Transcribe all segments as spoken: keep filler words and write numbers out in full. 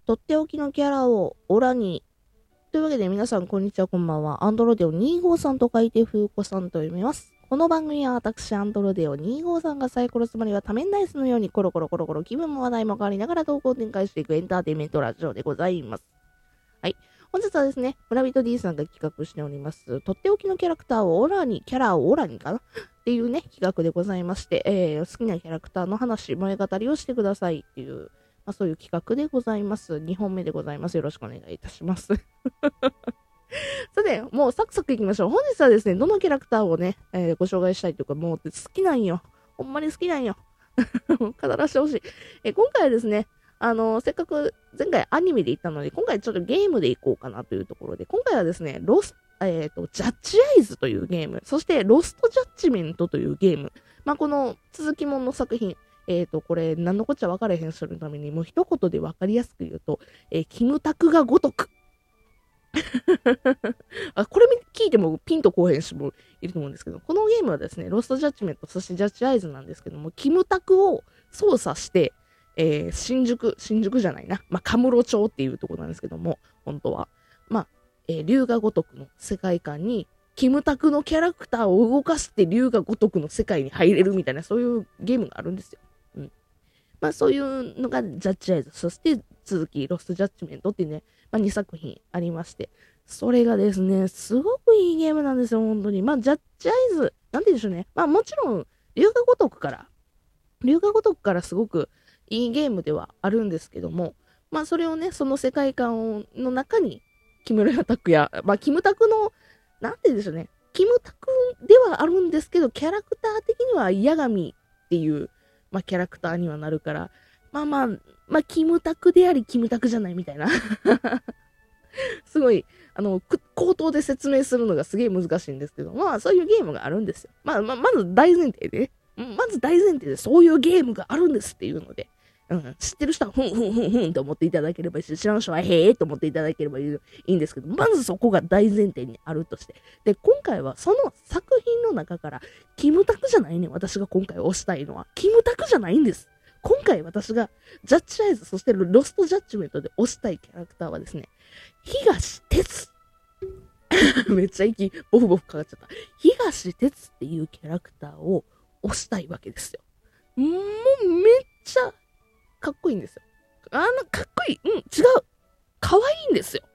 とっておきのキャラをオラに。というわけで皆さんこんにちは、こんばんは。アンドロデオにじゅうごさんと書いてふうこさんと読みます。この番組は私アンドロデオにじゅうごさんがサイコロつまりは多面ダイスのようにコロコロコロコロ気分も話題も変わりながら投稿を展開していくエンターテインメントラジオでございます。はい。本日はですね、村人 D さんが企画しております、とっておきのキャラクターをオラに、キャラをオラにかなっていうね、企画でございまして、えー、好きなキャラクターの話、萌え語りをしてくださいっていう、まあ、そういう企画でございます。にほんめでございます。よろしくお願いいたします。さて、もうサクサクいきましょう。本日はですね、どのキャラクターをね、えー、ご紹介したいというか、もう好きなんよ。ほんまに好きなんよ。語らせてほしい。えー、今回はですね、あのー、せっかく前回アニメで行ったので、今回ちょっとゲームで行こうかなというところで、今回はですね、ロス、えっと、ジャッジアイズというゲーム、そしてロストジャッジメントというゲーム、まあ、この続きものの作品、えっと、これ、何のこっちゃ分からへん人のために、もう一言で分かりやすく言うと、えー、キムタクが如く。あ、これ聞いてもピンとこうへん人もいると思うんですけど、このゲームはですね、ロストジャッジメント、そしてジャッジアイズなんですけども、キムタクを操作して、えー、新宿、新宿じゃないな、まあ、カムロ町っていうところなんですけども、本当は。まあ、えー、龍が如くの世界観に、キムタクのキャラクターを動かして龍が如くの世界に入れるみたいな、そういうゲームがあるんですよ。うん。まあ、そういうのがジャッジアイズ、そして続き、ロストジャッジメントっていうね、まあ、にさく品ありまして、それがですね、すごくいいゲームなんですよ、本当に。まあ、ジャッジアイズ、なんて言うんでしょうね。まあ、もちろん、龍が如くから、龍が如くからすごくいいゲームではあるんですけども、まあ、それをね、その世界観の中に、木村拓哉、まあ、キムタクの、なんて言うんでしょうね。キムタクではあるんですけど、キャラクター的にはヤガミっていう、まあ、キャラクターにはなるから、まあまあ、まあ、キムタクであり、キムタクじゃないみたいな。すごい、あの、口頭で説明するのがすげえ難しいんですけど、まあ、そういうゲームがあるんですよ。まあ、まあ、まず大前提で、まず大前提でそういうゲームがあるんですっていうので、うん、知ってる人はふんふんふんふんと思っていただければいいし、知らん人はへーと思っていただければいいいいんですけど、まずそこが大前提にあるとして。で、今回はその作品の中から、キムタクじゃないね、私が今回推したいのは。キムタクじゃないんです。今回私がジャッジアイズ、そしてロストジャッジメントで推したいキャラクターはですね、東哲。めっちゃ息、ボフボフかかっちゃった。東哲っていうキャラクターを推したいわけですよ。もうめっちゃかっこいいんですよ。あの、かっこいい。うん、違う。かわいいんですよ。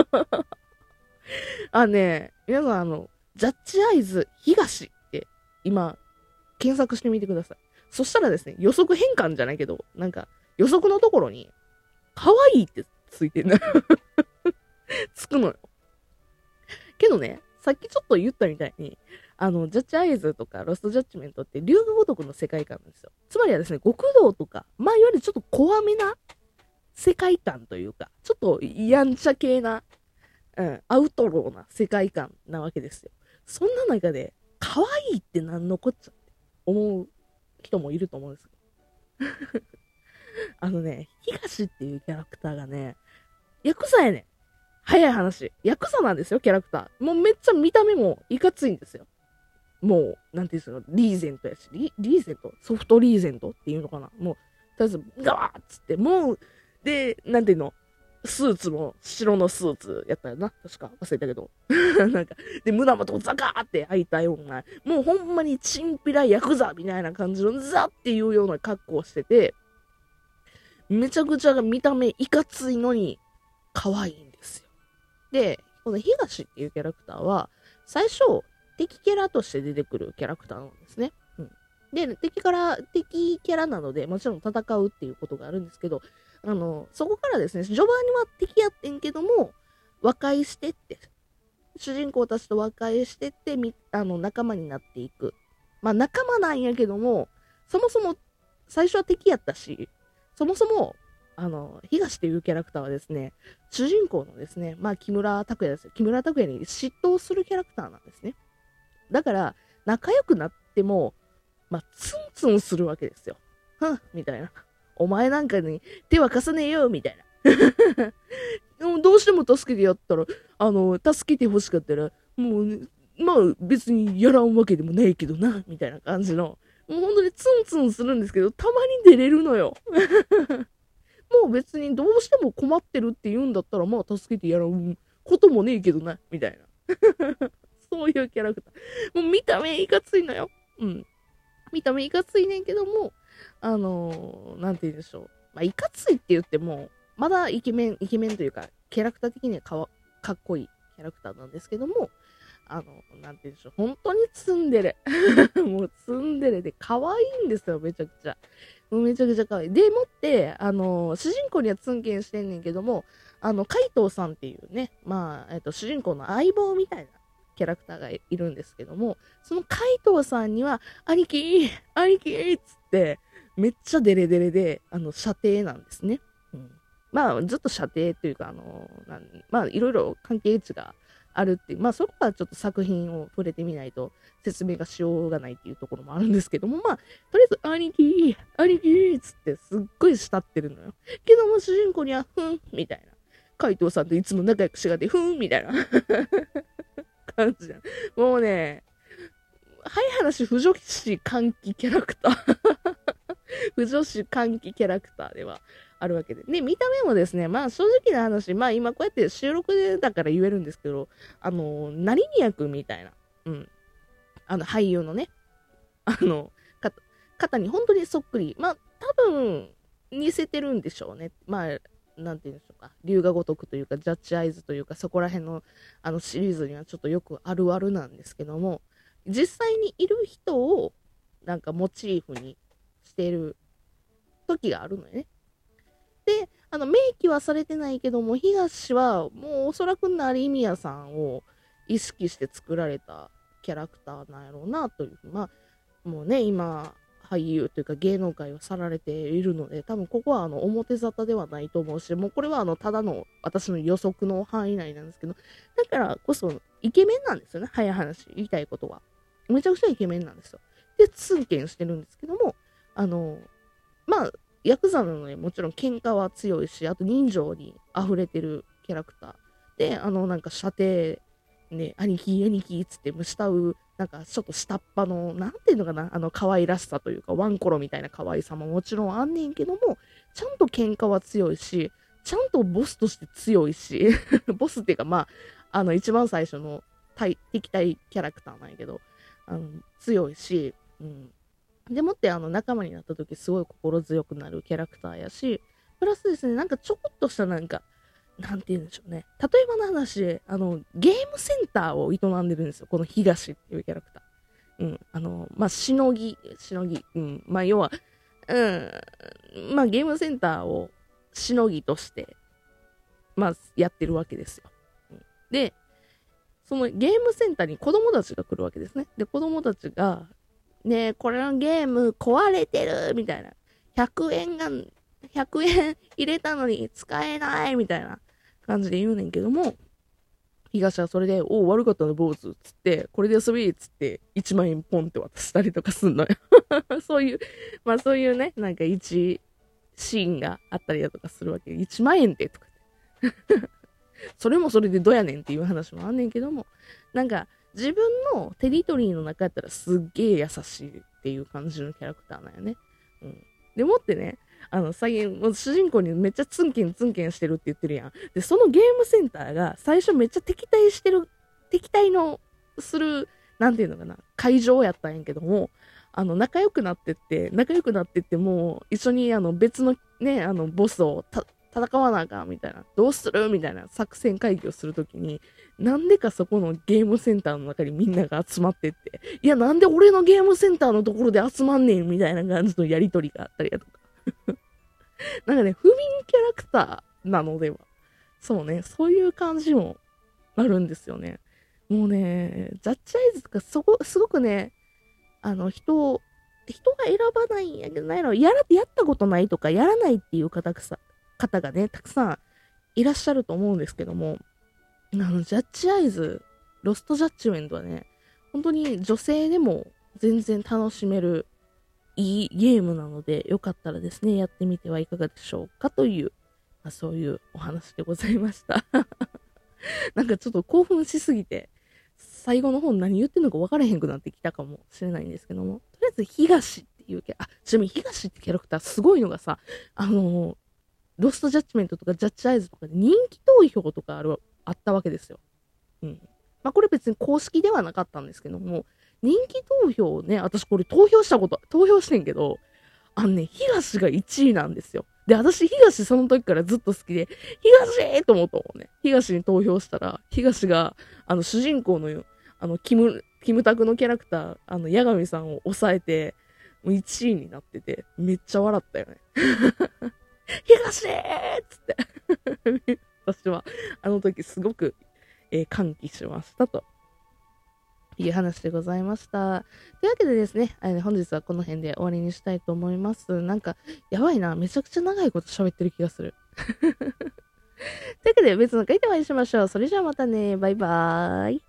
あね、皆さんあの、ジャッジアイズ東って今、検索してみてください。そしたらですね、予測変換じゃないけど、なんか、予測のところに、可愛いってついてるつくのよ。けどね、さっきちょっと言ったみたいに、あの、ジャッジアイズとかロストジャッジメントって龍が如くの世界観なんですよ。つまりはですね、極道とか、まあ、いわゆるちょっと怖めな世界観というか、ちょっとやんちゃ系な、うん、アウトローな世界観なわけですよ。そんな中で、可愛いって何のこっちゃって思う人もいると思うんですよ。あのね、東っていうキャラクターがね、ヤクザやねん。早い話。ヤクザなんですよ、キャラクター。もうめっちゃ見た目もいかついんですよ。もう、なんていうんですか、リーゼントやし、リリーゼントソフトリーゼントっていうのかなもう、とりあえず、ガワーっつって、もう、で、なんていうのスーツも白のスーツやったよな。確か忘れたけど。なんか、で、胸元ザカーって開いたような、もうほんまにチンピラヤクザみたいな感じのザっていうような格好をしてて、めちゃくちゃ見た目いかついのに、可愛いんですよ。で、この東っていうキャラクターは、最初、敵キャラとして出てくるキャラクターなんですね。うん。で、敵から、敵キャラなので、もちろん戦うっていうことがあるんですけど、あの、そこからですね、序盤には敵やってんけども、和解してって、主人公たちと和解してって、みあの、仲間になっていく。まあ、仲間なんやけども、そもそも、最初は敵やったし、そもそも、あの、東というキャラクターはですね、主人公のですね、まあ、木村拓哉ですよ。木村拓哉に嫉妬するキャラクターなんですね。だから、仲良くなっても、まあ、ツンツンするわけですよ。はん、みたいな。お前なんかに手は貸さねえよ、みたいな。でもどうしても助けてやったら、あの、助けて欲しかったら、もう、ね、まあ別にやらんわけでもないけどな、みたいな感じの、もう本当にツンツンするんですけど、たまに出れるのよ。 もう別にどうしても困ってるって言うんだったら、まあ助けてやることもねえけどな、みたいな。そういうキャラクター。もう見た目いかついのよ。うん。見た目いかついねんけども、あのー、なんて言うんでしょう。まあ、いかついって言っても、まだイケメン、イケメンというか、キャラクター的にはかわかっこいいキャラクターなんですけども、あの、なんて言うんでしょう。本当にツンデレ。もうツンデレで可愛いんですよ、めちゃくちゃ。もうめちゃくちゃ可愛い。でもって、あの、主人公にはツンケンしてんねんけども、あの、海藤さんっていうね、まあ、えっと、主人公の相棒みたいなキャラクターがいるんですけども、その海藤さんには、兄貴兄貴っつって、めっちゃデレデレで、あの、射程なんですね。うん、まあ、ずっと射程というか、あの、なんまあ、いろいろ関係値があるっていう、まあ、そこはちょっと作品を触れてみないと説明がしようがないっていうところもあるんですけども、まあ、とりあえず、兄貴兄貴っつってすっごい慕ってるのよ。けども、主人公には、ふんみたいな。海藤さんといつも仲良くしがって、ふんみたいな感じだ。もうね、はい話、不女子歓喜キャラクター。不女子歓喜キャラクターではあるわけで。で、見た目もですね、まあ正直な話、まあ今こうやって収録でだから言えるんですけど、あの、成宮くんみたいな、うん。あの、俳優のね、あの、か方に本当にそっくり。まあ多分、似せてるんでしょうね。まあ、なんて言うんでしょうか。龍が如くというか、ジャッジアイズというか、そこら辺のあのシリーズにはちょっとよくあるあるなんですけども、実際にいる人をなんかモチーフにしてる時があるのよね。で、あの、明記はされてないけども、東はもうおそらく成宮さんを意識して作られたキャラクターなんやろうなという。まあ、もうね、今、俳優というか芸能界を去られているので、多分ここはあの表沙汰ではないと思うし、もうこれはあのただの私の予測の範囲内なんですけど、だからこそイケメンなんですよね、早い話、言いたいことは。めちゃくちゃイケメンなんですよ。で、ツンケンしてるんですけども、あの、まあ、ヤクザなのでもちろん喧嘩は強いし、あと人情に溢れてるキャラクター。で、あの、なんか射程、ね、兄貴、兄貴っつって慕う、なんかちょっと下っ端の、なんていうのかな、あの可愛らしさというか、ワンコロみたいな可愛さももちろんあんねんけども、ちゃんと喧嘩は強いし、ちゃんとボスとして強いし、ボスっていうかまあ、あの一番最初の対敵対キャラクターなんやけど、あの強いし、うん。でもってあの仲間になった時すごい心強くなるキャラクターやし、プラスですね、なんかちょこっとしたなんか、なんて言うんでしょうね。例えばの話、あの、ゲームセンターを営んでるんですよ。この東っていうキャラクター。うん。あの、まあ、しのぎ、しのぎ、うん。まあ、要は、うん。まあ、ゲームセンターをしのぎとして、まあ、やってるわけですよ。うん、で、そのゲームセンターに子供たちが来るわけですね。で、子供たちが、ねえ、これのゲーム壊れてるみたいな。ひゃくえんが、ひゃくえん入れたのに使えないみたいな感じで言うねんけども、東はそれで、おお、悪かったの、坊主。つって、これで遊びっつって、いちまん円ポンって渡したりとかすんのよ。そういう、まあそういうね、なんか一シーンがあったりだとかするわけで、いちまん円ってとかって。それもそれでどやねんっていう話もあんねんけども、なんか、自分のテリトリーの中やったらすっげえ優しいっていう感じのキャラクターなんよね。うん。でもってね、あの、最近、もう主人公にめっちゃツンケンツンケンしてるって言ってるやん。で、そのゲームセンターが最初めっちゃ敵対してる、敵対のする、なんていうのかな、会場やったんやけども、あの、仲良くなってって、仲良くなってってもう、一緒にあの別のね、あの、ボスをた戦わなあかんみたいな、どうするみたいな作戦会議をするときに、なんでかそこのゲームセンターの中にみんなが集まってって、いや、なんで俺のゲームセンターのところで集まんねんみたいな感じのやりとりがあったりだとか。なんかね、不憫キャラクターなのでは。そうね、そういう感じもあるんですよね。もうね、ジャッジアイズとかそこ、すごくね、あの、人を、人が選ばないんやけど、なんやろ、やら、やったことないとか、やらないっていう方がさ、方がね、たくさんいらっしゃると思うんですけども、あの、ジャッジアイズ、ロストジャッジメントはね、本当に女性でも全然楽しめるいいゲームなので、よかったらですね、やってみてはいかがでしょうかという、まあ、そういうお話でございました。なんかちょっと興奮しすぎて、最後の方何言ってんのか分からへんくなってきたかもしれないんですけども、とりあえず東っていうキャラ、あ、ちなみに東ってキャラクターすごいのがさ、あのーロストジャッジメントとかジャッジアイズとかで人気投票とかある、あったわけですよ。うん。まあこれ別に公式ではなかったんですけども、人気投票をね、私これ投票したこと、投票してんけど、あのね、東がいちいなんですよ。で、私東その時からずっと好きで、東と思ったもんね。東に投票したら、東が、あの主人公の、あの、キム、キムタクのキャラクター、あの、八神さんを抑えて、もういちいになってて、めっちゃ笑ったよね。東ーっつって。私は、あの時すごく、えー、歓喜しましたと。いう話でございました。というわけでですね、えー、本日はこの辺で終わりにしたいと思います。なんか、やばいな。めちゃくちゃ長いこと喋ってる気がする。というわけで別の回でお会いしましょう。それじゃあまたね。バイバーイ。